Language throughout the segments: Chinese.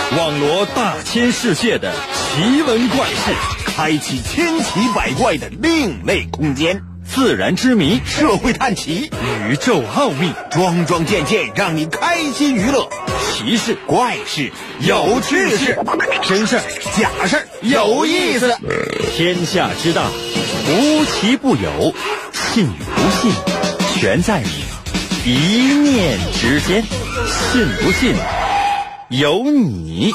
网罗大千世界的奇闻怪事， 开启千奇百怪的另类空间， 自然之谜， 社会探奇， 宇宙奥秘， 桩桩件件让你开心娱乐。 奇事怪事有趣事， 真事儿假事儿有意思。 天下之大，无奇不有，信与不信全在你一念之间。信不信由你。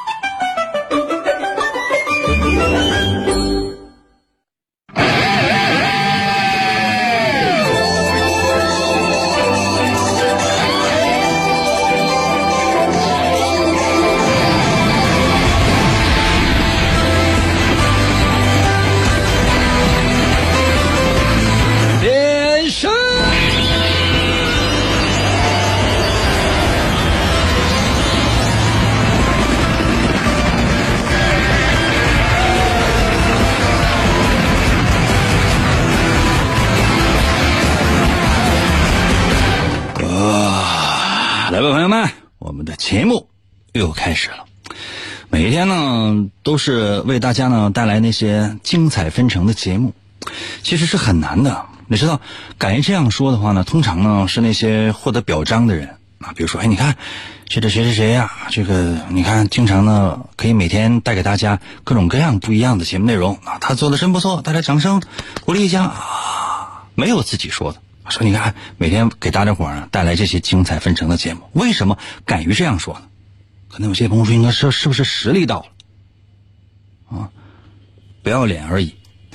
来吧，朋友们，我们的节目又开始了。每一天呢，都是为大家呢带来那些精彩纷呈的节目，其实是很难的。你知道，敢于这样说的话呢，通常呢是那些获得表彰的人啊，比如说，你看这谁谁谁呀，这个你看经常呢可以每天带给大家各种各样不一样的节目内容啊，他做的真不错，大家掌声鼓励一下啊。没有自己说的。说你看每天给大家伙儿带来这些精彩纷呈的节目，为什么敢于这样说呢？可能有些朋友说，应该是不是实力到了啊？不要脸而已。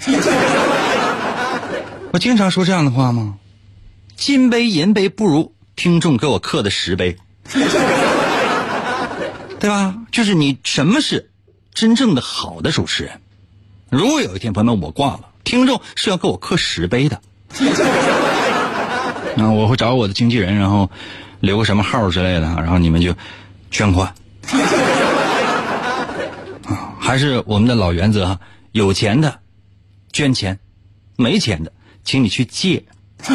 我经常说这样的话吗？金杯银杯不如听众给我刻的10杯，对吧？就是你什么是真正的好的主持人？如果有一天朋友们我挂了，听众是要给我刻10杯的。我会找我的经纪人，然后留个什么号之类的，然后你们就捐款。还是我们的老原则，有钱的捐钱，没钱的请你去借。可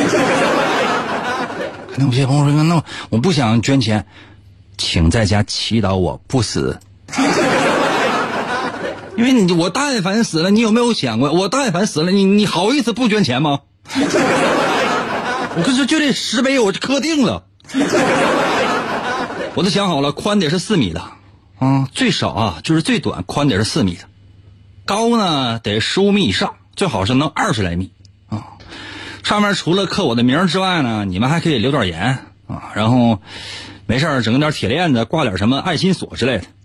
能有些朋友说，那我不想捐钱，请在家祈祷我不死。因为我但凡死了，你有没有想过，我但凡死了，你好意思不捐钱吗？我跟你说，就这10杯我就刻定了。我都想好了，宽得是4米的啊，最少啊就是最短宽得是4米的，高呢得15米以上，最好是能20来米啊。上面除了刻我的名之外呢，你们还可以留点言啊，然后没事整点铁链子，挂点什么爱心锁之类的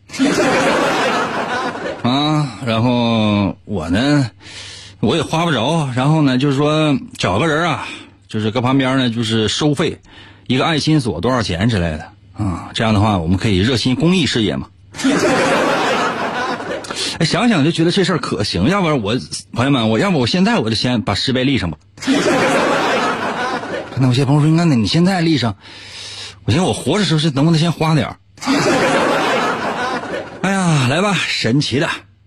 啊。然后我呢，我也花不着，然后呢就是说找个人啊，就是搁旁边呢就是收费，一个爱心锁多少钱之类的啊，这样的话我们可以热心公益事业嘛。想想就觉得这事儿可行，要不然朋友们，要不我现在我就先把10杯立上吧。那有些朋友说，那你现在立上，我寻思我活着时候是能不能先花点儿？哎呀，来吧，神奇的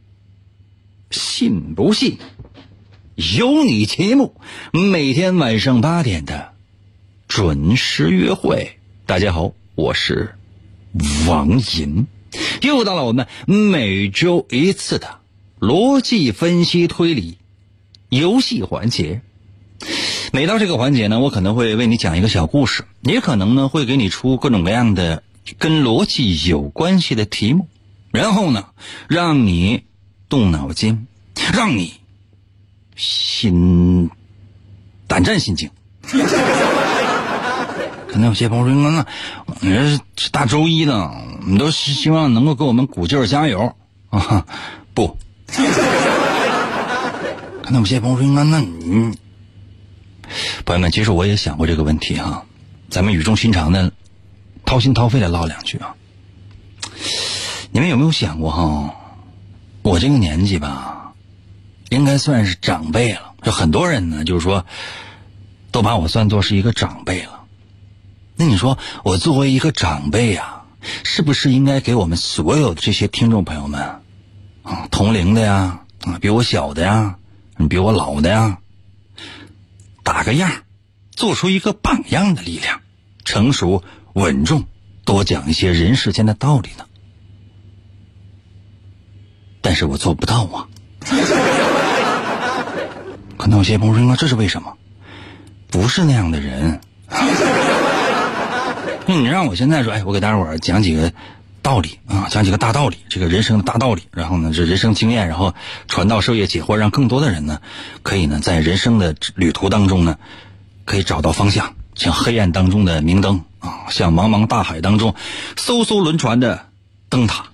信不信有你节目，每天晚上8点的准时约会。大家好，我是王银，又到了我们每周一次的逻辑分析推理游戏环节。每到这个环节呢，我可能会为你讲一个小故事，也可能呢会给你出各种各样的跟逻辑有关系的题目，然后呢让你动脑筋，让你胆战心惊。可能有些朋友说，那你这大周一的，你都希望能够给我们鼓劲儿加油啊？不，可能有些朋友说，那你朋友们，其实我也想过这个问题哈，咱们语重心长的掏心掏肺的唠两句啊。你们有没有想过哈，我这个年纪吧，应该算是长辈了，就很多人呢就是说都把我算作是一个长辈了。那你说我作为一个长辈啊，是不是应该给我们所有的这些听众朋友们啊，同龄的呀，啊，比我小的呀，比我老的呀，打个样，做出一个榜样的力量，成熟稳重，多讲一些人世间的道理呢？ 但是我做不到啊。可能有些朋友说，这是为什么？不是那样的人。你让我现在说，我给大家伙儿讲几个道理啊，讲几个大道理，这个人生的大道理，然后呢，这人生经验，然后传道授业解惑，让更多的人呢，可以呢，在人生的旅途当中呢，可以找到方向，像黑暗当中的明灯啊，像茫茫大海当中艘艘轮船的灯塔。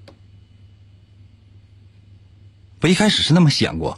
我一开始是那么想过，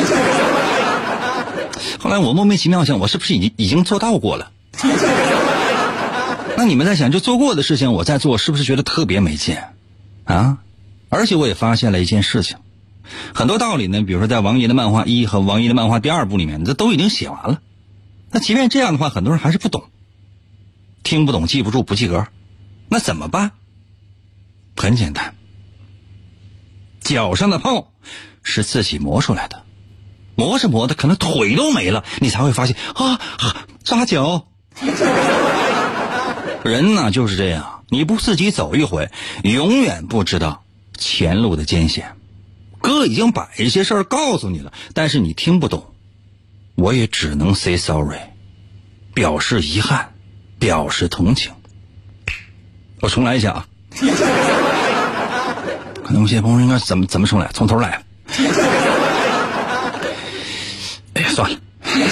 后来我莫名其妙想，我是不是已经做到过了？那你们在想，就做过的事情我在做，是不是觉得特别没劲啊？而且我也发现了一件事情，很多道理呢，比如说在王爷的漫画1和王爷的漫画第2部里面，这都已经写完了。那即便这样的话，很多人还是不懂，听不懂，记不住，不及格，那怎么办？很简单，脚上的泡是自己磨出来的，磨着磨的可能腿都没了，你才会发现扎脚。人呢就是这样，你不自己走一回，永远不知道前路的艰险。哥已经把一些事儿告诉你了，但是你听不懂，我也只能 say sorry， 表示遗憾，表示同情。我重来一下啊。可能有些朋友应该怎么重来，从头来。哎呀，算了。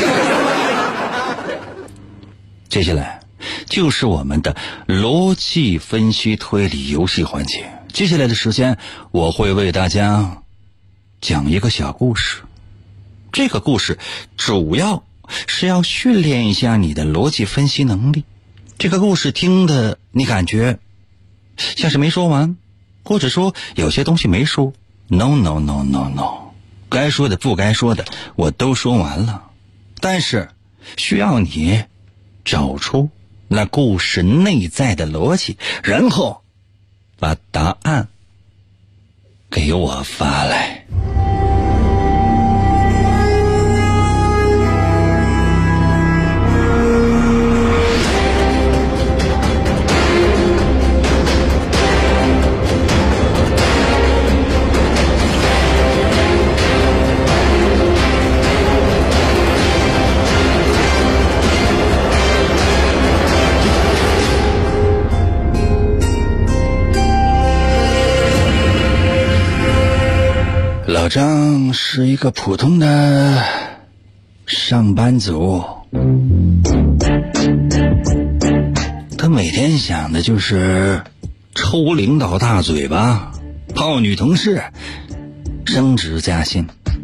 接下来就是我们的逻辑分析推理游戏环节。接下来的时间，我会为大家讲一个小故事。这个故事主要是要训练一下你的逻辑分析能力。这个故事听的你感觉像是没说完，或者说有些东西没说。 No， 该说的不该说的我都说完了，但是需要你找出那故事内在的逻辑，然后把答案给我发来。老张是一个普通的上班族，他每天想的就是抽领导大嘴巴，泡女同事，升职加薪。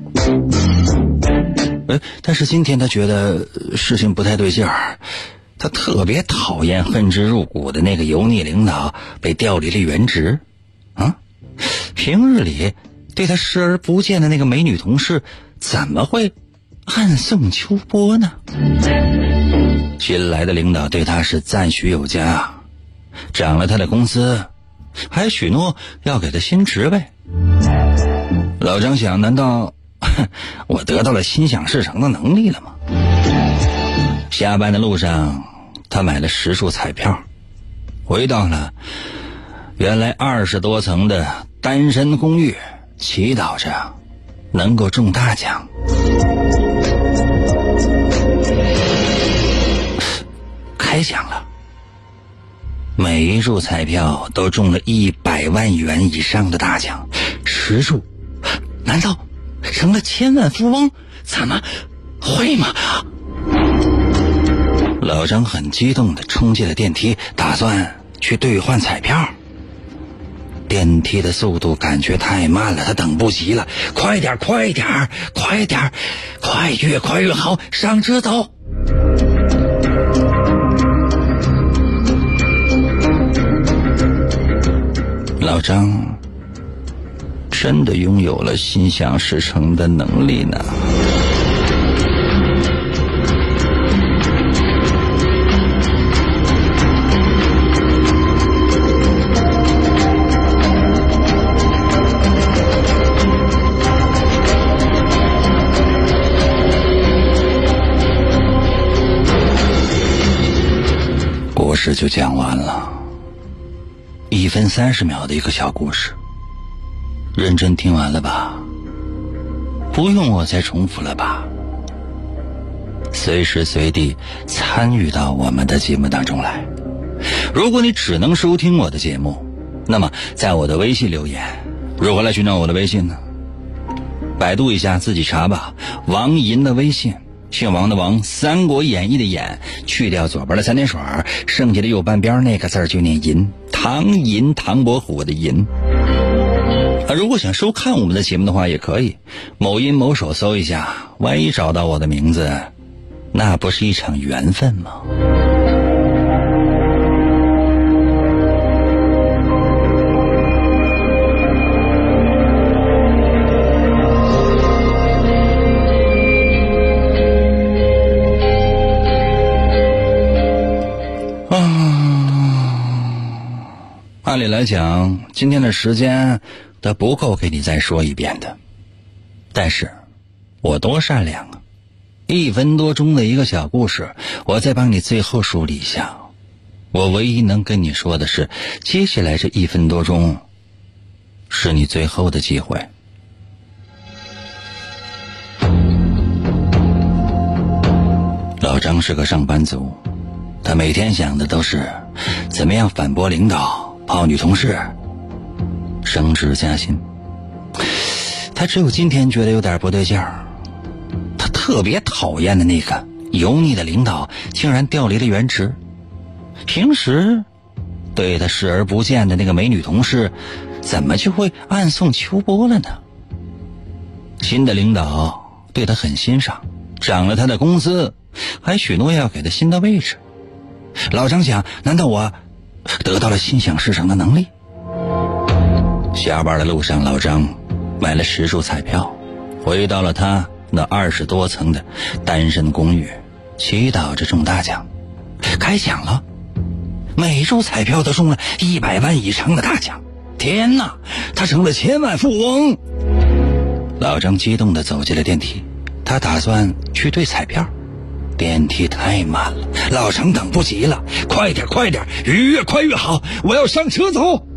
但是今天他觉得事情不太对劲儿，他特别讨厌恨之入骨的那个油腻领导被调离了原职啊！平日里对他视而不见的那个美女同事，怎么会暗送秋波呢？新来的领导对他是赞许有加，涨了他的工资，还许诺要给他新职位。老张想，难道我得到了心想事成的能力了吗？下班的路上，他买了10注彩票，回到了原来20多层的单身公寓，祈祷着能够中大奖。开奖了，每一注彩票都中了100万元以上的大奖，10注，难道成了千万富翁？怎么会吗？老张很激动地冲进了电梯，打算去兑换彩票。电梯的速度感觉太慢了，他等不及了，快点，越快越好，上车走。老张真的拥有了心想事成的能力呢。故事就讲完了，1分30秒的一个小故事。 认真听完了吧？不用我再重复了吧？随时随地参与到我们的节目当中来。如果你只能收听我的节目，那么在我的微信留言。如何来寻找我的微信呢？百度一下，自己查吧。王银的微信，姓王的王，三国演义的演，去掉左边的三点水，剩下的右半边那个字就念银，唐银，唐伯虎的银。如果想收看我们的节目的话也可以，某音某手搜一下，万一找到我的名字，那不是一场缘分吗？按理来讲，今天的时间都不够给你再说一遍的，但是我多善良啊！1分多钟的一个小故事，我再帮你最后梳理一下。我唯一能跟你说的是，接下来这1分多钟是你最后的机会。老张是个上班族，他每天想的都是怎么样反驳领导，泡女同事，升职加薪。他只有今天觉得有点不对劲儿，他特别讨厌的那个油腻的领导竟然调离了原职，平时对他视而不见的那个美女同事怎么就会暗送秋波了呢？新的领导对他很欣赏，涨了他的工资，还许诺要给他新的位置。老张想，难道我得到了心想事成的能力？下班的路上，老张买了10注彩票，回到了他那20多层的单身公寓，祈祷着中大奖。开奖了，每注彩票都中了100万以上的大奖。天哪，他成了千万富翁！老张激动地走进了电梯，他打算去兑彩票。电梯太慢了，老张等不及了，快点快点，越快越好，我要上车走。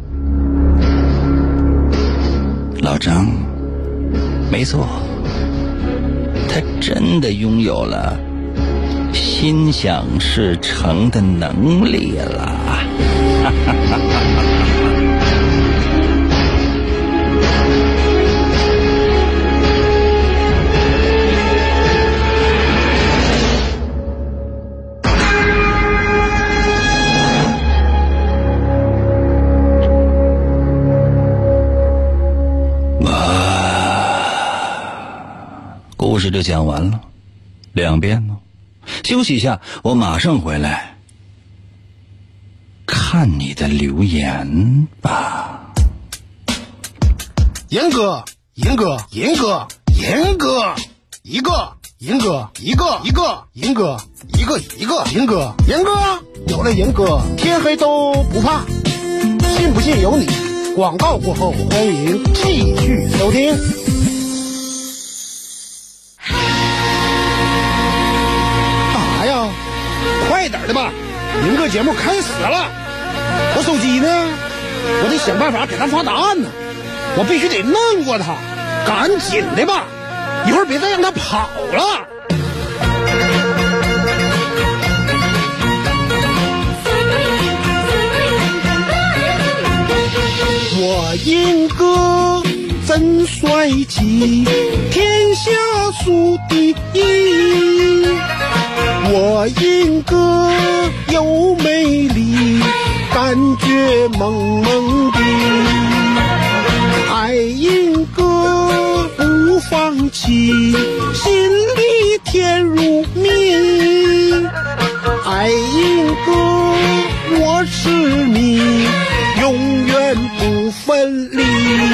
老张，没错，他真的拥有了心想事成的能力了。故事就讲完了，2遍呢。休息一下，我马上回来看你的留言吧。 严哥，严哥，严哥，严哥，一个严哥，一个一个严哥，一个一个严哥，严哥有了严哥，天黑都不怕。信不信由你。广告过后，欢迎继续收听。干啥呀？快点的吧，严哥节目开始了。我手机呢？我得想办法给他发答案呢。我必须得弄过他，赶紧的吧，一会儿别再让他跑了。我英哥真帅气，天下数第一。我英哥有魅力，感觉萌萌的。爱英哥不放弃，心里甜如蜜。爱英哥我是你，永远不分离。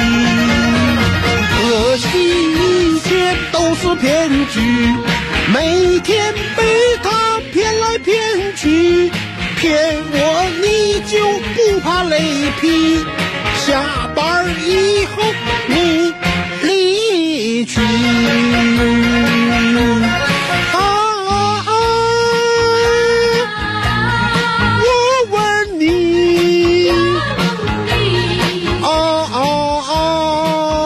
可惜一切都是骗局，每天被他骗来骗去。骗我你就不怕雷劈，下班以后你离去。我问你，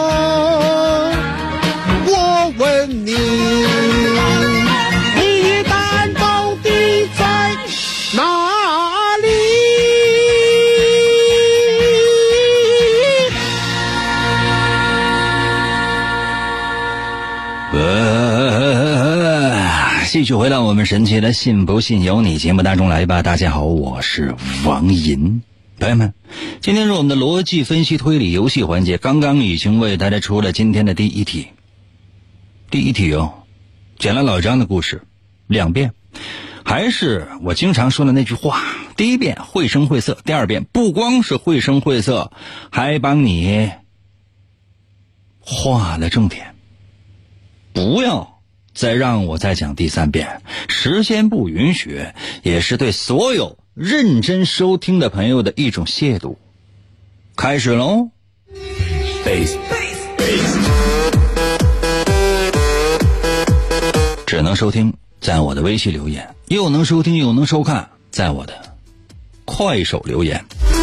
继续回到我们神奇的信不信由你节目当中来吧。大家好，我是王银。朋友们，今天是我们的逻辑分析推理游戏环节，刚刚已经为大家出了今天的第一题。第一题讲了老张的故事2遍，还是我经常说的那句话，第一遍绘声绘色，第二遍不光是绘声绘色，还帮你画了重点。不要再让我再讲第3遍，时间不允许，也是对所有认真收听的朋友的一种亵渎。开始喽。只能收听在我的微信留言，又能收听又能收看在我的快手留言，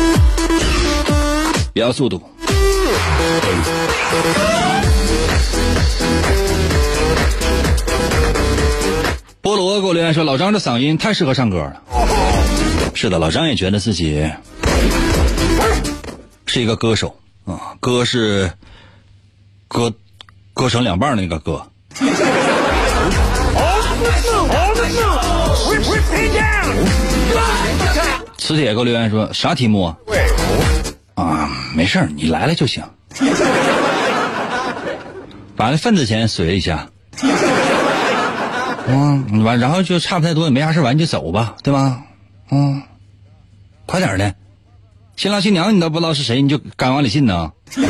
要速度。菠萝给我留言说，老张这嗓音太适合唱歌了。是的，老张也觉得自己是一个歌手啊，歌是歌成2半那个歌。磁铁给我留言说，啥题目啊？没事，你来了就行。把那份子钱随一下。完，然后就差不太多，也没啥事，完就走吧，对吧？快点的，新郎新娘你都不知道是谁，你就敢往里信呢？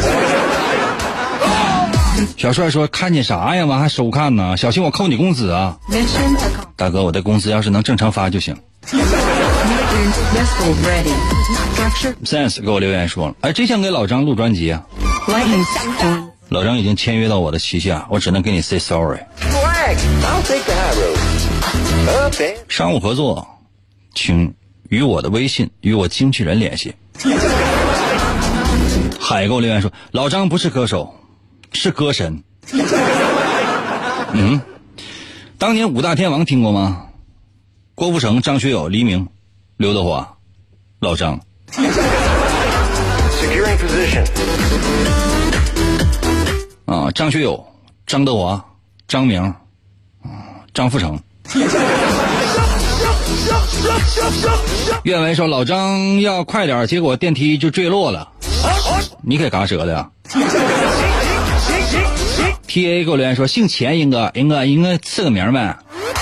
小帅说，看见啥呀？完还收看呢？小心我扣你工资啊！大哥，我的工资要是能正常发就行。Sense 给我留言说了，真想给老张录专辑啊！老张已经签约到我的旗下，我只能给你 say sorry。商务合作，请与我的微信与我经纪人联系。海给我留言说，老张不是歌手，是歌神。当年5大天王听过吗？郭富城、张学友、黎明、刘德华、老张。张学友、张德华、张明、张富城。岳文说，老张要快点，结果电梯就坠落了。你给嘎折的呀？TA 给我留言说，姓钱，应该赐个名呗。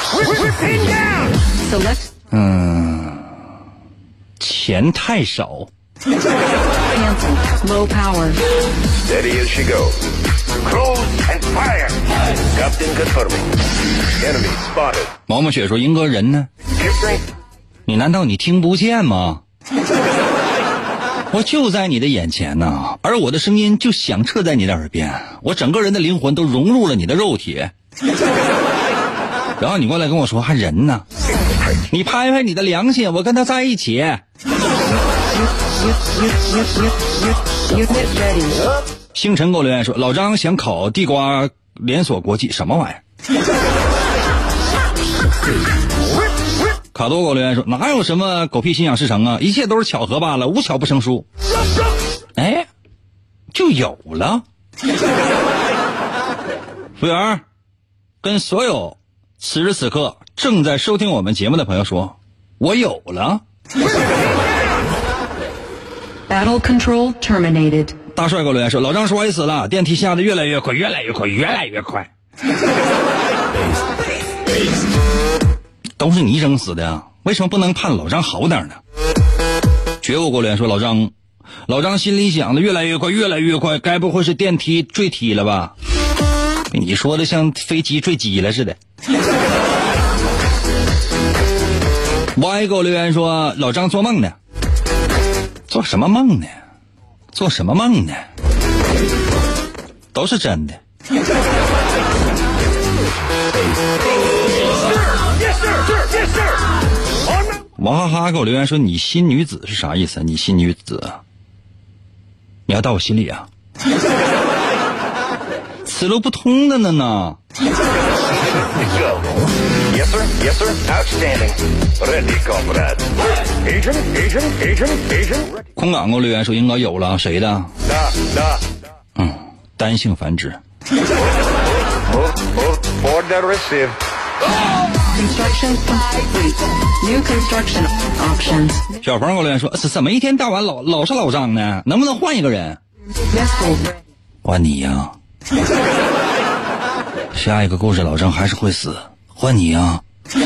钱太少。Low power. Steady as she goes. Close and fire. Captain confirming. Enemy spotted. 毛毛雪说，英哥人呢？你难道你听不见吗？我就在你的眼前呢，而我的声音就响彻在你的耳边，我整个人的灵魂都融入了你的肉体。然后你过来跟我说还人呢？你拍拍你的良心，我跟他在一起。星辰给我留言说，老张想考地瓜连锁国际，什么玩意儿？卡多给我留言说，哪有什么狗屁心想事成啊，一切都是巧合罢了，无巧不成书。就有了。服务员，跟所有此时此刻正在收听我们节目的朋友说，我有了。 Battle control terminated. 大帅给我留言说，老张摔死了，电梯下的越来越快，越来越快，越来越快。都是你整死的呀，为什么不能盼老张好点呢？觉悟给我留言说，老张心里想的越来越快，越来越快，该不会是电梯坠梯了吧？你说的像飞机坠机了似的。Y 给我留言说，老张做梦呢。做什么梦呢？做什么梦呢？都是真的。王哈哈给我留言说，你新女子是啥意思？你新女子，你要到我心里啊？此路不通的呢。 Yes, sir. Yes, sir. Outstanding. Ready, comrade. Agent. 空港给我留言说，应该有了，谁的？单性繁殖。 Order received. Construction complete. New construction options. 小鹏给我留言说，怎么一天到晚老是老张呢？能不能换一个人？ Missile. 换你呀！下一个故事老张还是会死，换你呀！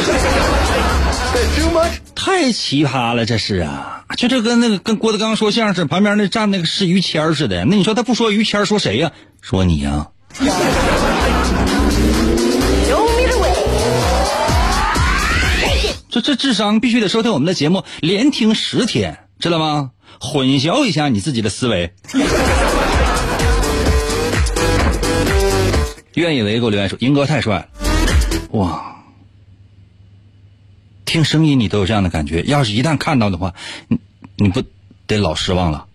太奇葩了，这是啊！就这跟郭德纲说相声旁边那站那个是于谦似的。那你说他不说于谦说谁呀？说你呀！这智商必须得收听我们的节目，连听10天，知道吗？混淆一下你自己的思维。愿以为给我留言说，英哥太帅了，哇！听声音你都有这样的感觉，要是一旦看到的话，你不得老失望了。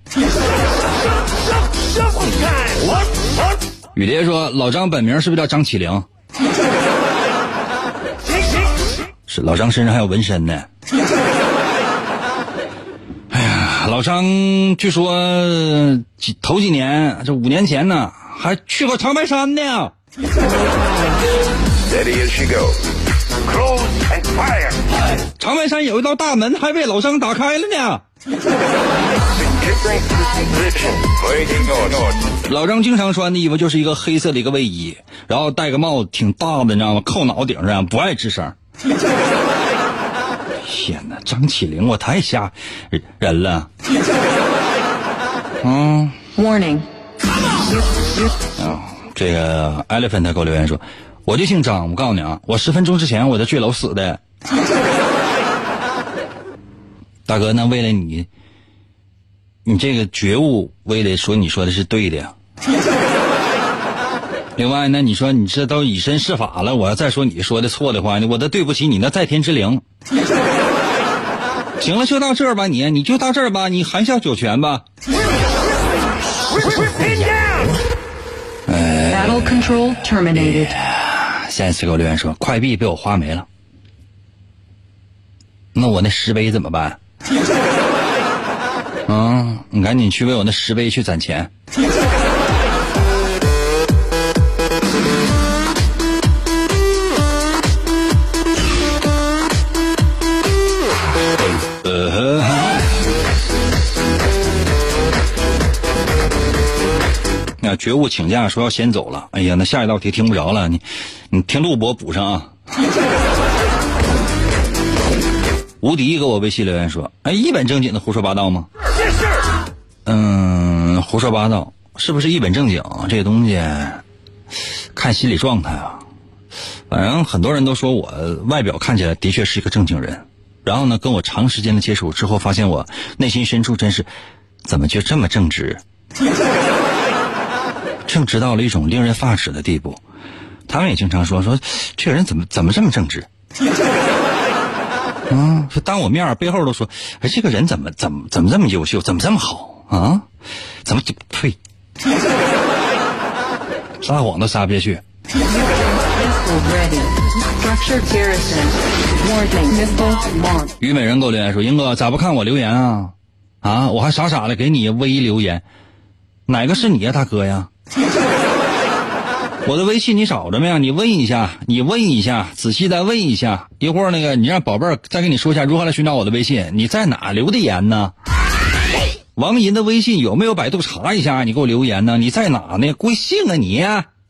雨蝶说，老张本名是不是叫张起灵？是，老张身上还有纹身呢。哎呀，老张据说头几年，这5年前呢，还去过长白山呢。 Steady as she goes. Cruise and fire. 长白山有一道大门还被老张打开了呢。老张经常穿的衣服就是一个黑色的一个卫衣，然后戴个帽子挺大的，你知道吗？扣脑顶上，不爱吱声。天哪，张起灵，我太吓人了。 Warning. 这个 Elephant 给我留言说，我就姓张，我告诉你啊，我10分钟之前我在坠楼死的。大哥，那为了你这个觉悟，为了说你说的是对的呀。另外呢，你说你这都以身试法了，我要再说你说的错的话，我都对不起你那在天之灵。行了，就到这儿吧，你就到这儿吧，你含笑九泉吧。 Battle control terminated. 下一次给我留言说，快币被我花没了，那我那10杯怎么办？你赶紧去为我那10杯去攒钱。那觉悟请假说要先走了，哎呀，那下一道题听不着了，你听录播补上啊。无敌给我微信留言说，一本正经的胡说八道吗？胡说八道是不是一本正经这个东西看心理状态啊。反正很多人都说我外表看起来的确是一个正经人，然后呢跟我长时间的接触之后，发现我内心深处真是怎么就这么正直，正直到了一种令人发指的地步。他们也经常说这个人怎么这么正直。说当我面背后都说，这个人怎么这么优秀，怎么这么好啊？怎么就呸！撒谎都撒不下去。虞美人给我留言说，英哥咋不看我留言啊？我还傻傻的给你微留言，哪个是你呀，大哥呀？我的微信你找着没有？你问一下，仔细再问一下。一会儿那个你让宝贝儿再跟你说一下如何来寻找我的微信。你在哪留的言呢？王银的微信有没有百度查一下？你给我留言呢？你在哪呢？贵姓啊你？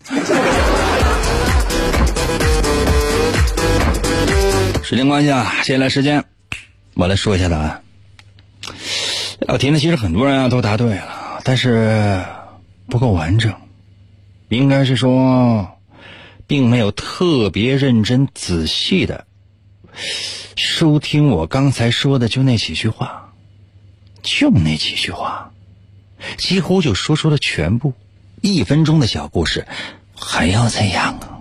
时间关系啊，接下来时间我来说一下答案。这道题呢，其实很多人都答对了，但是不够完整。应该是说并没有特别认真仔细的收听我刚才说的就那几句话，几乎就说出了全部。1分钟的小故事还要这样啊？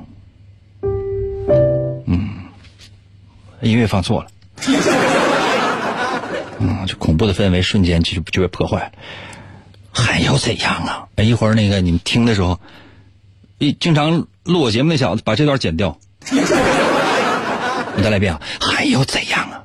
音乐放错了。这恐怖的氛围瞬间就被破坏了。还要这样啊？一会儿那个你们听的时候，经常录我节目那小子把这段剪掉。你再来一遍啊！还要这样啊？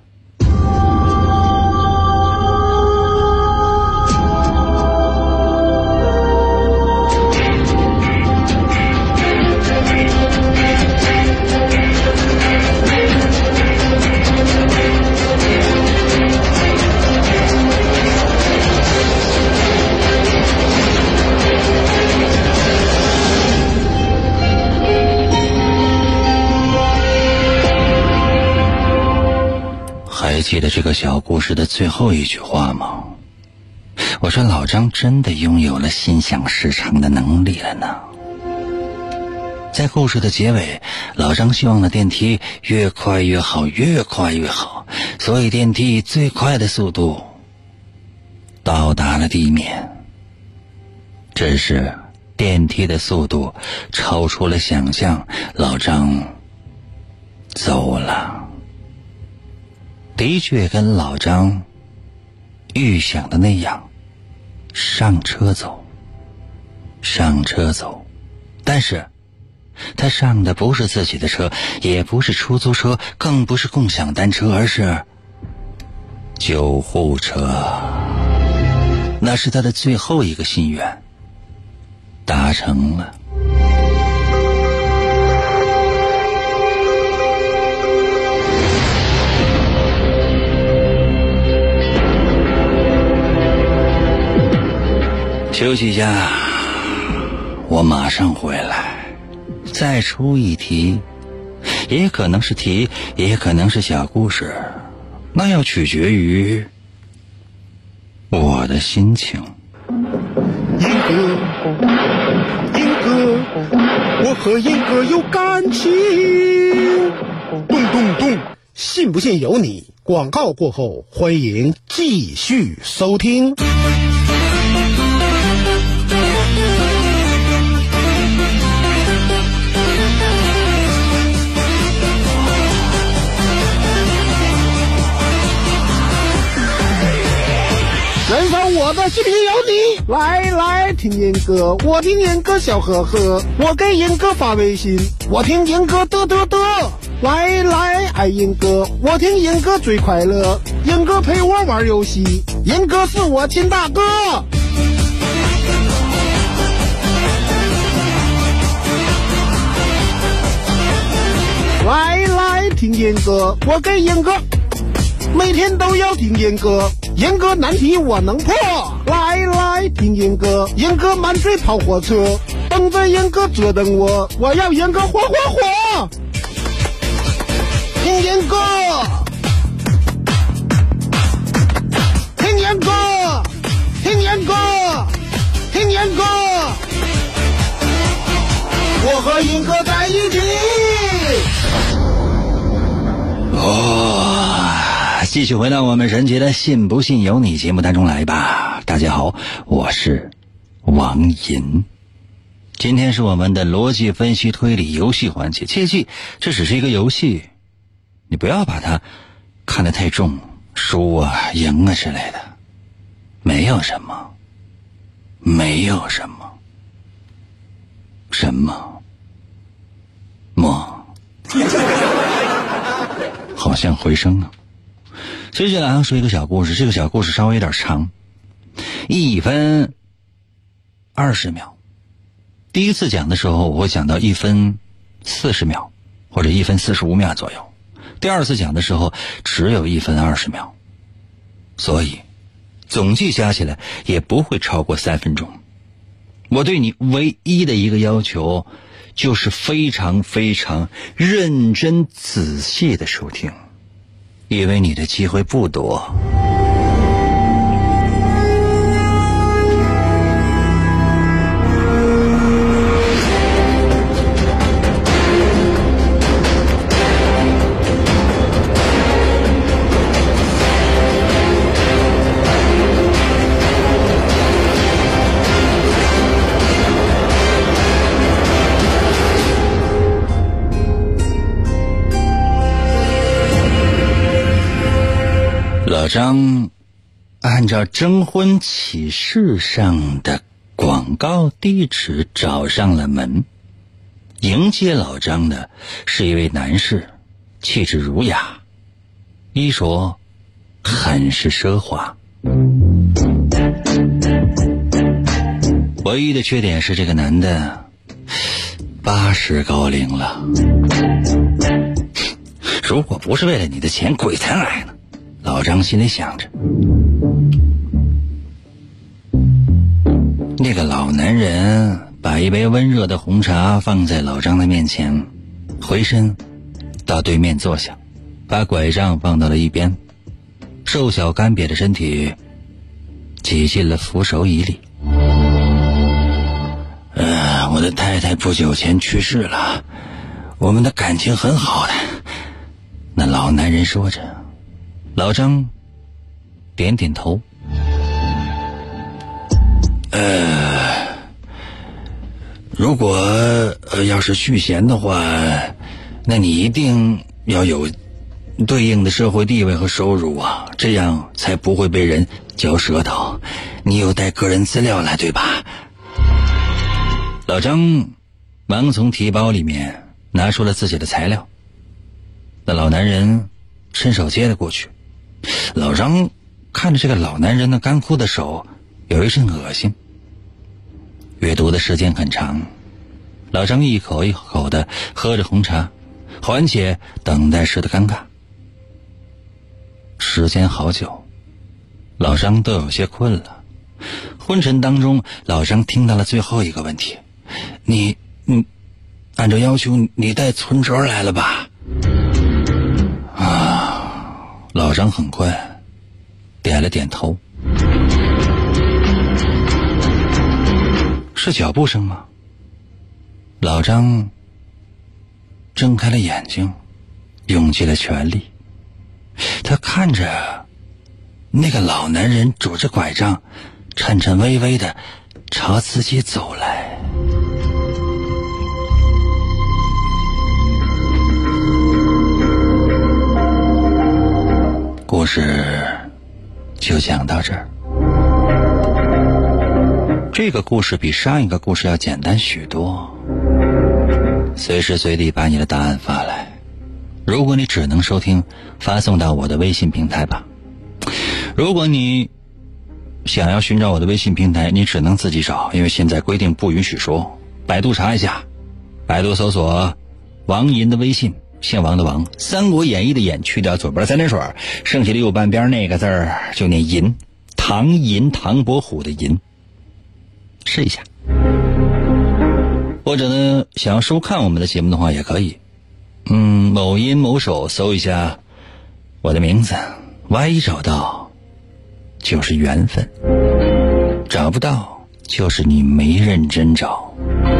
记得这个小故事的最后一句话吗？我说老张真的拥有了心想事成的能力了呢。在故事的结尾，老张希望的电梯越快越好，越快越好，所以电梯以最快的速度到达了地面。只是电梯的速度超出了想象，老张走了。的确跟老张预想的那样，上车走，但是他上的不是自己的车，也不是出租车，更不是共享单车，而是救护车。那是他的最后一个心愿，达成了。休息一下，我马上回来。再出一题，也可能是题，也可能是小故事，那要取决于我的心情。 英哥，我和英哥有感情。咚咚咚，信不信由你。广告过后，欢迎继续收听。燃烧我的信不信由你。来听英哥，我听英哥笑呵呵，我给英哥发微信，我听英哥嘚嘚嘚。来爱英哥，我听英哥最快乐，英哥陪我玩游戏，英哥是我亲大哥。来听英哥，我给英哥每天都要听英哥，英哥难题我能破。来听英哥，英哥满嘴跑火车，等着英哥折腾我，我要英哥火。听英哥，听英哥，听英哥，听英哥，我和英哥在一起。 继续回到我们神奇的信不信由你节目当中来吧。大家好，我是王银。今天是我们的逻辑分析推理游戏环节，切记这只是一个游戏，你不要把它看得太重，输啊赢啊之类的，没有什么好像回声啊。接下来要说一个小故事，这个小故事稍微有点长，1分20秒。第一次讲的时候我会讲到1分40秒或者1分45秒左右，第二次讲的时候只有1分20秒，所以总计加起来也不会超过3分钟。我对你唯一的一个要求就是非常非常认真仔细的收听，因为你的机会不多。老张按照征婚启事上的广告地址找上了门，迎接老张的是一位男士，气质儒雅，衣着很是奢华。唯一的缺点是这个男的80高龄了。如果不是为了你的钱，鬼才来呢，老张心里想着。那个老男人把一杯温热的红茶放在老张的面前，回身到对面坐下，把拐杖放到了一边， 瘦小干瘪的身体挤进了扶手椅里。我的太太不久前去世了，我们的感情很好的。那老男人说着，老张点点头。如果要是续弦的话，那你一定要有对应的社会地位和收入啊，这样才不会被人嚼舌头。你有带个人资料来对吧？老张忙从提包里面拿出了自己的材料，那老男人伸手接了过去。老张看着这个老男人那干枯的手，有一阵恶心。阅读的时间很长，老张一口一口的喝着红茶，缓解等待时的尴尬。时间好久，老张都有些困了。昏沉当中，老张听到了最后一个问题：你按照要求你带存折来了吧？老张很快点了点头。是脚步声吗？老张睁开了眼睛，用尽了全力。他看着那个老男人拄着拐杖，颤颤巍巍地朝自己走来。故事就讲到这儿。这个故事比上一个故事要简单许多。随时随地把你的答案发来，如果你只能收听，发送到我的微信平台吧。如果你想要寻找我的微信平台，你只能自己找，因为现在规定不允许说。百度查一下，百度搜索王银的微信，姓王的王，三国演义的演去掉左边三点水，剩下的右半边那个字儿就念银，唐银，唐伯虎的银，试一下。或者呢，想要收看我们的节目的话也可以，某音某手搜一下我的名字，万一找到就是缘分，找不到就是你没认真找。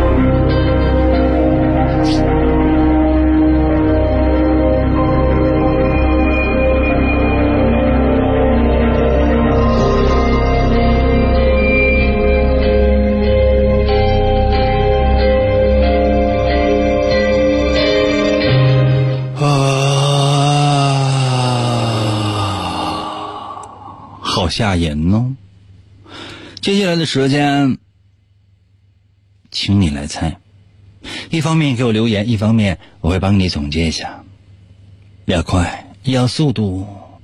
好吓人哦。接下来的时间请你来猜，一方面给我留言，一方面我会帮你总结一下。要快，要速度，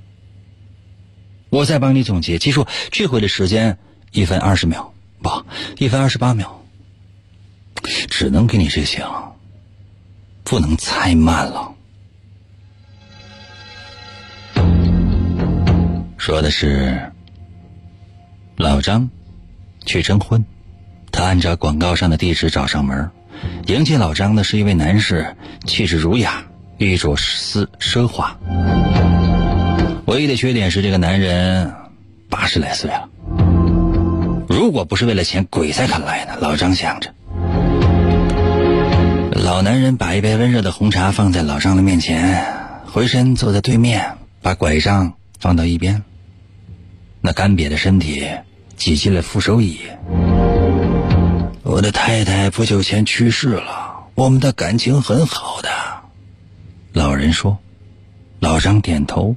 我再帮你总结。记住这回的时间1分20秒，不，1分28秒，只能给你这些了，不能猜慢了。说的是老张去征婚，他按照广告上的地址找上门，迎接老张的是一位男士，气质儒雅，衣着奢华。唯一的缺点是这个男人80来岁了，如果不是为了钱，鬼才肯来呢。老张想着。老男人把一杯温热的红茶放在老张的面前，回身坐在对面，把拐杖放到一边，那干瘪的身体挤进了扶手椅。我的太太不久前去世了，我们的感情很好的。老人说。老张点头。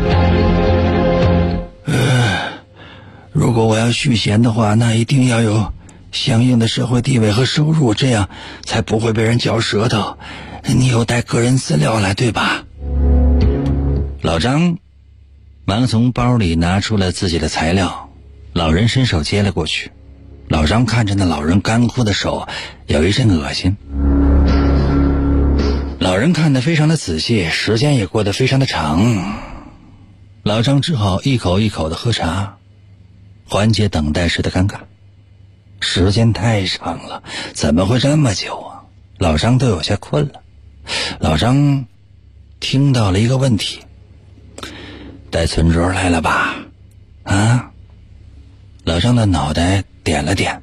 如果我要续弦的话，那一定要有相应的社会地位和收入，这样才不会被人嚼舌头。你有带个人资料来对吧？老张忙从包里拿出了自己的材料，老人伸手接了过去。老张看着那老人干枯的手，有一阵恶心。老人看得非常的仔细，时间也过得非常的长。老张只好一口一口的喝茶，缓解等待时的尴尬。时间太长了，怎么会这么久啊？老张都有些困了。老张听到了一个问题： 带存折来了吧？啊？老张的脑袋点了点。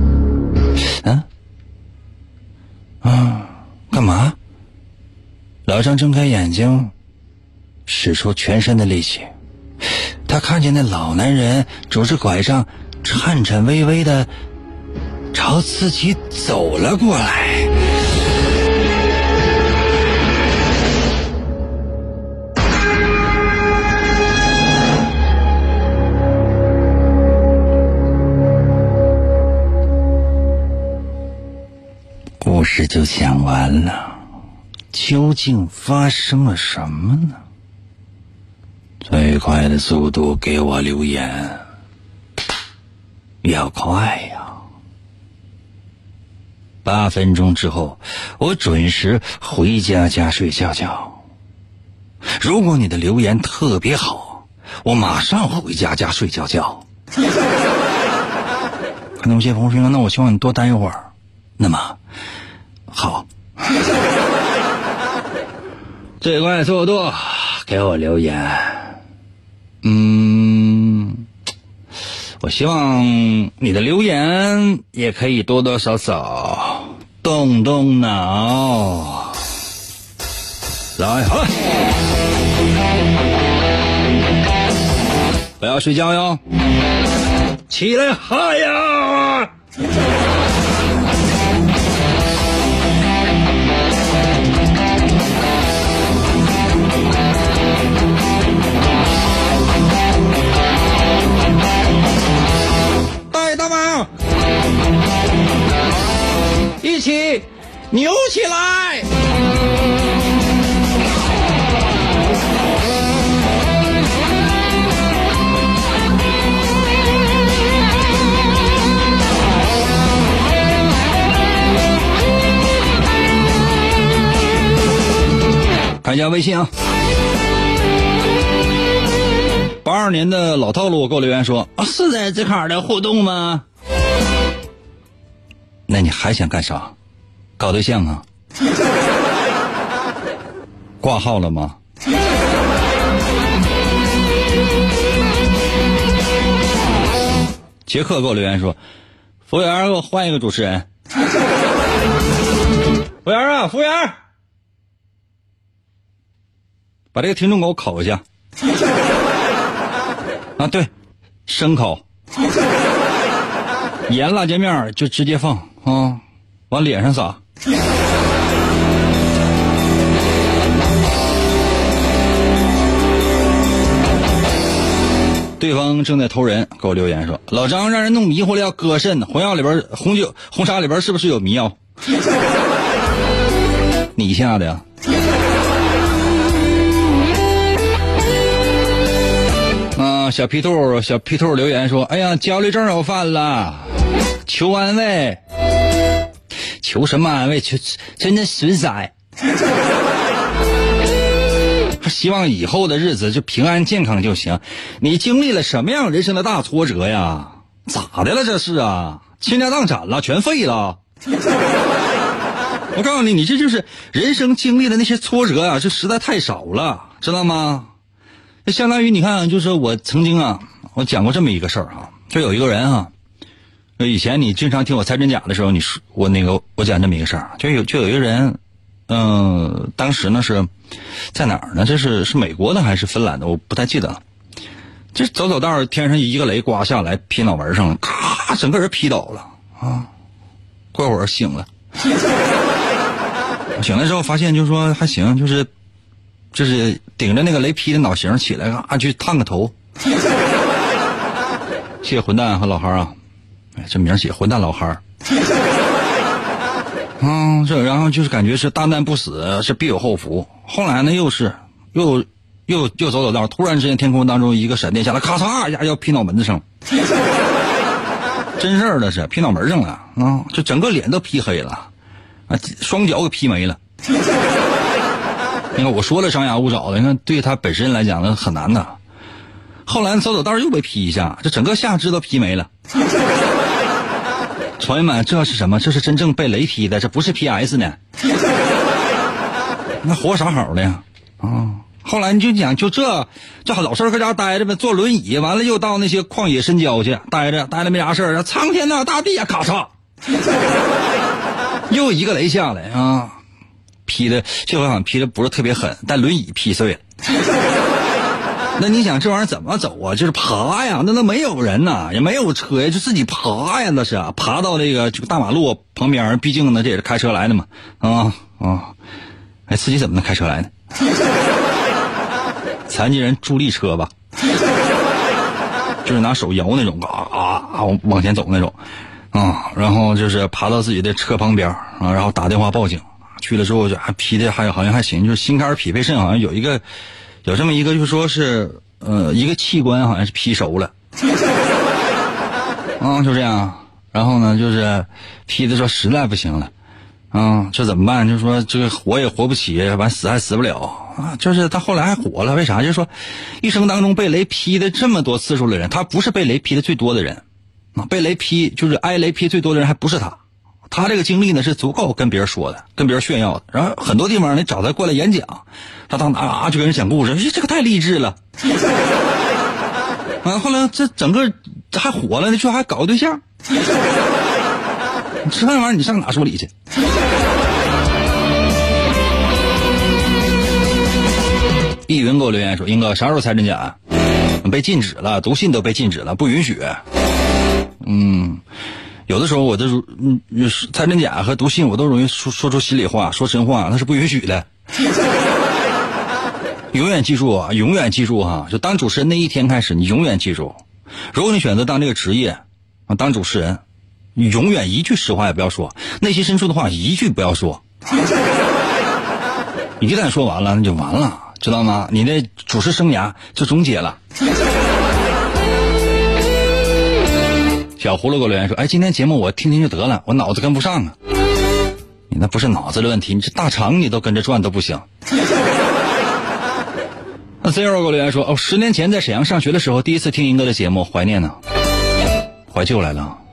干嘛？老张睁开眼睛，使出全身的力气。他看见那老男人拄着拐杖，颤颤巍巍的朝自己走了过来。故事就讲完了，究竟发生了什么呢？最快的速度给我留言，要快呀！8分钟之后，我准时回家睡觉。如果你的留言特别好，我马上回家睡觉。可能有些朋友说，那我希望你多待一会儿。那么好，最快速度给我留言。我希望你的留言也可以多多少少动动脑。来，好了，不要睡觉哟，起来哈呀！大妈，一起扭起来！看一下微信啊，82年的老套路给我留言说，是在这坎的互动吗？那你还想干啥？搞对象啊？挂号了吗？杰克给我留言说，服务员给我换一个主持人。服务员啊，服务员，把这个听众给我考一下。啊，对，生烤，盐辣椒面就直接放啊，往脸上撒。对方正在偷人，给我留言说，老张让人弄迷糊了，要割肾，红茶里边是不是有迷药？你下的呀？小皮兔留言说，哎呀，焦虑症要犯了，求安慰。求什么安慰？求真的损塞。希望以后的日子就平安健康就行。你经历了什么样人生的大挫折呀？咋的了这是啊？倾家荡产了，全废了。我告诉你，你这就是人生经历的那些挫折啊，这实在太少了，知道吗？就相当于你看，就是我曾经啊，我讲过这么一个事儿啊，就有一个人啊，以前你经常听我猜真假的时候，我讲这么一个事儿，就有一个人，当时呢是在哪儿呢？这是美国的还是芬兰的？我不太记得了。这走道天上一个雷刮下来，劈脑门上了，咔，整个人劈倒了啊！过会儿醒了，醒了之后发现就是说还行，就是顶着那个雷劈的脑型起来啊，去烫个头。谢谢混蛋和老孩啊，这名写混蛋老孩。然后就是感觉是大难不死，是必有后福。后来呢，又走道，突然之间天空当中一个闪电下来，咔嚓一下要劈脑门子上。真事儿的是劈脑门上了啊，就整个脸都劈黑了啊，双脚给劈没了。你看我说了张牙舞爪的，你看对他本身来讲呢很难的。后来走道又被劈一下，这整个下肢都劈没了。朋友们，这是什么？这是真正被雷劈的，这不是 PS 呢。那活啥好的呀？ 后来你就讲，就老事儿搁家待着呗，坐轮椅，完了又到那些旷野深郊去待着没啥事儿，苍天呐，大地啊，咔嚓，又一个雷下来啊，劈的这回好像劈的不是特别狠，但轮椅劈碎了。那你想这玩意儿怎么走啊？就是爬呀，那都没有人呐，也没有车呀，就自己爬呀，那是啊，爬到这个大马路旁边，毕竟呢这也是开车来的嘛，哎，司机怎么能开车来呢？残疾人助力车吧，就是拿手摇那种，往前走那种，然后就是爬到自己的车旁边然后打电话报警，去了之后就还劈的好像还行，就是心肝脾肺肾好像有这么一个，就说是一个器官好像是劈熟了，就这样，然后呢就是劈的说实在不行了。这怎么办？就是说这个活也活不起，完死还死不了啊！就是他后来还活了，为啥？就是说，一生当中被雷劈的这么多次数的人，他不是被雷劈的最多的人被雷劈就是挨雷劈最多的人还不是他。他这个经历呢是足够跟别人说的，跟别人炫耀的。然后很多地方你找他过来演讲，他当就跟人讲故事，这个太励志了。后来这整个还火了，就还搞对象。你吃饭玩意儿，你上哪说理去？易云给我留言说：“英哥，啥时候才真假？被禁止了，读信都被禁止了，不允许。”有的时候我这猜真假和读信我都容易说出心里话，说真话，那是不允许的。永远记住啊，永远记住哈！就当主持人那一天开始，你永远记住，如果你选择当这个职业当主持人。你永远一句实话也不要说，内心深处的话一句不要说。一旦说完了那就完了，知道吗？你的主持生涯就终结了。小葫芦给我留言说：“哎，今天节目我听听就得了，我脑子跟不上啊。”你那不是脑子的问题，你这大肠你都跟着转都不行。那 Zero 给我留言说：“10年前在沈阳上学的时候，第一次听英哥的节目，怀念呢，怀旧来了。”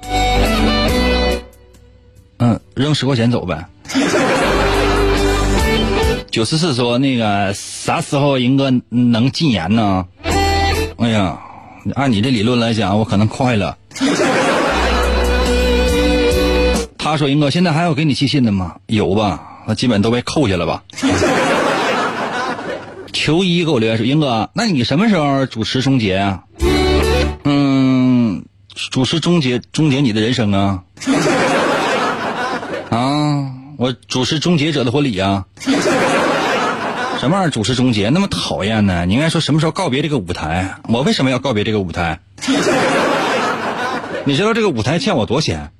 扔10块钱走呗。944说那个啥时候英哥能禁言呢？哎呀，按你这理论来讲，我可能快了。他说英哥现在还要给你寄信的吗？有吧，那基本都被扣下了吧。球衣给我留言说英哥，那你什么时候主持终结啊？主持终结你的人生啊。我主持终结者的婚礼啊。什么玩意儿主持终结那么讨厌呢？你应该说什么时候告别这个舞台？我为什么要告别这个舞台？你知道这个舞台欠我多少钱？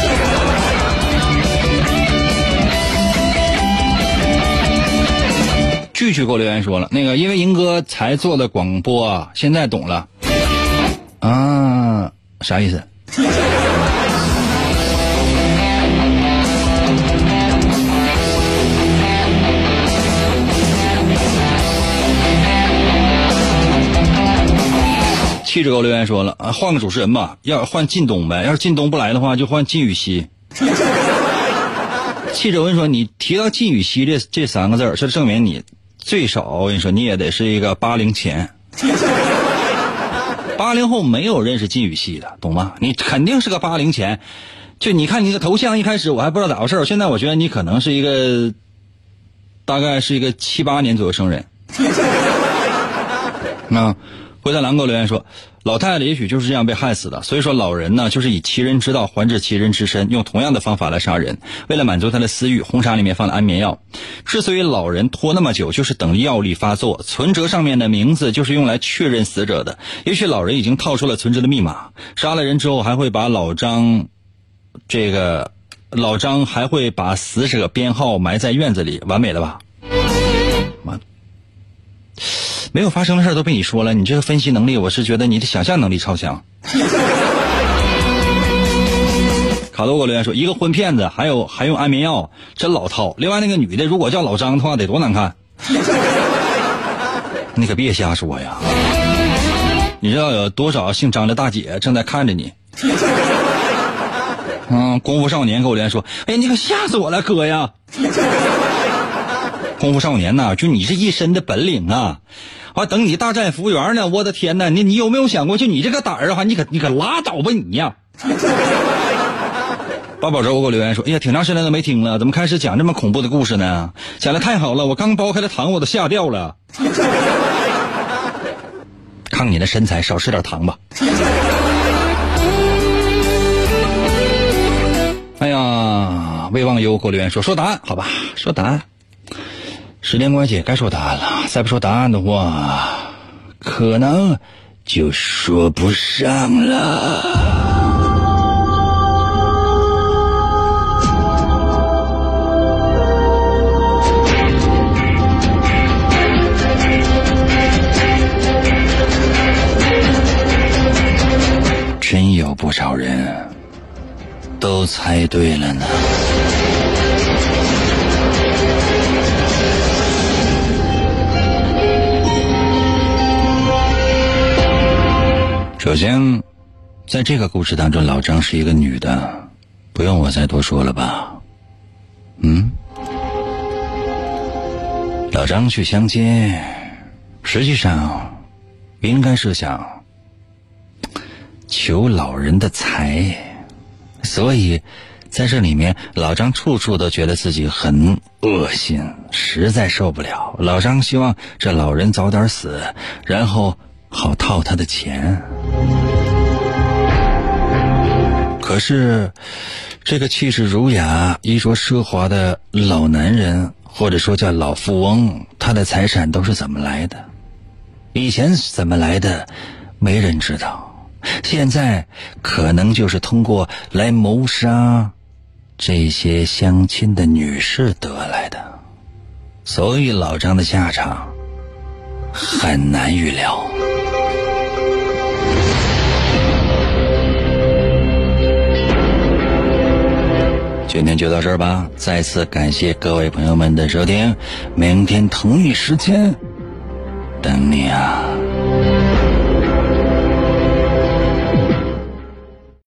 句句给我留言说了，那个因为英哥才做的广播啊，现在懂了啊，啥意思？记者给我留言说了换个主持人吧，要换靳东呗，要是靳东不来的话就换靳禹锡。记者问说你提到靳禹锡这3个字，这证明你最少我跟你说你也得是一个80前。80后没有认识靳禹锡的，懂吗？你肯定是个80前。就你看你的头像，一开始我还不知道咋回事，现在我觉得你可能是一个大概是一个7、8年左右生人。灰太狼给我留言说，老太太也许就是这样被害死的，所以说老人呢就是以其人之道还治其人之身，用同样的方法来杀人，为了满足他的私欲，红茶里面放了安眠药。之所以老人拖那么久，就是等药力发作，存折上面的名字就是用来确认死者的，也许老人已经套出了存折的密码，杀了人之后还会把老张还会把死者编号埋在院子里，完美了吧？没有发生的事都被你说了，你这个分析能力，我是觉得你的想象能力超强。卡多给我留言说，一个混骗子还用安眠药，真老套。另外那个女的如果叫老张的话得多难看。你可别瞎说呀，你知道有多少姓张的大姐正在看着你。功夫少年给我留言说，哎，你可吓死我了哥呀。 功夫少年呐，就你这一身的本领啊，啊，等你大战服务员呢，我的天呐，你有没有想过，就你这个胆儿啊，你可拉倒吧你呀！八宝粥给我留言说，哎呀，挺长时间都没听了，怎么开始讲这么恐怖的故事呢？讲的太好了，我刚剥开了糖我都吓掉了。看你的身材，少吃点糖吧。哎呀，未忘忧给我留言说答案，好吧，说答案。时间关系该说答案了，再不说答案的话，可能就说不上了。真有不少人都猜对了呢。首先，在这个故事当中，老张是一个女的，不用我再多说了吧？老张去相亲，实际上应该是想求老人的财，所以在这里面老张处处都觉得自己很恶心，实在受不了。老张希望这老人早点死，然后好套他的钱。可是这个气质儒雅、衣着奢华的老男人，或者说叫老富翁，他的财产都是怎么来的？以前怎么来的没人知道，现在可能就是通过来谋杀这些相亲的女士得来的。所以老张的下场很难预料。今天就到这儿吧，再次感谢各位朋友们的收听，明天同一时间等你啊。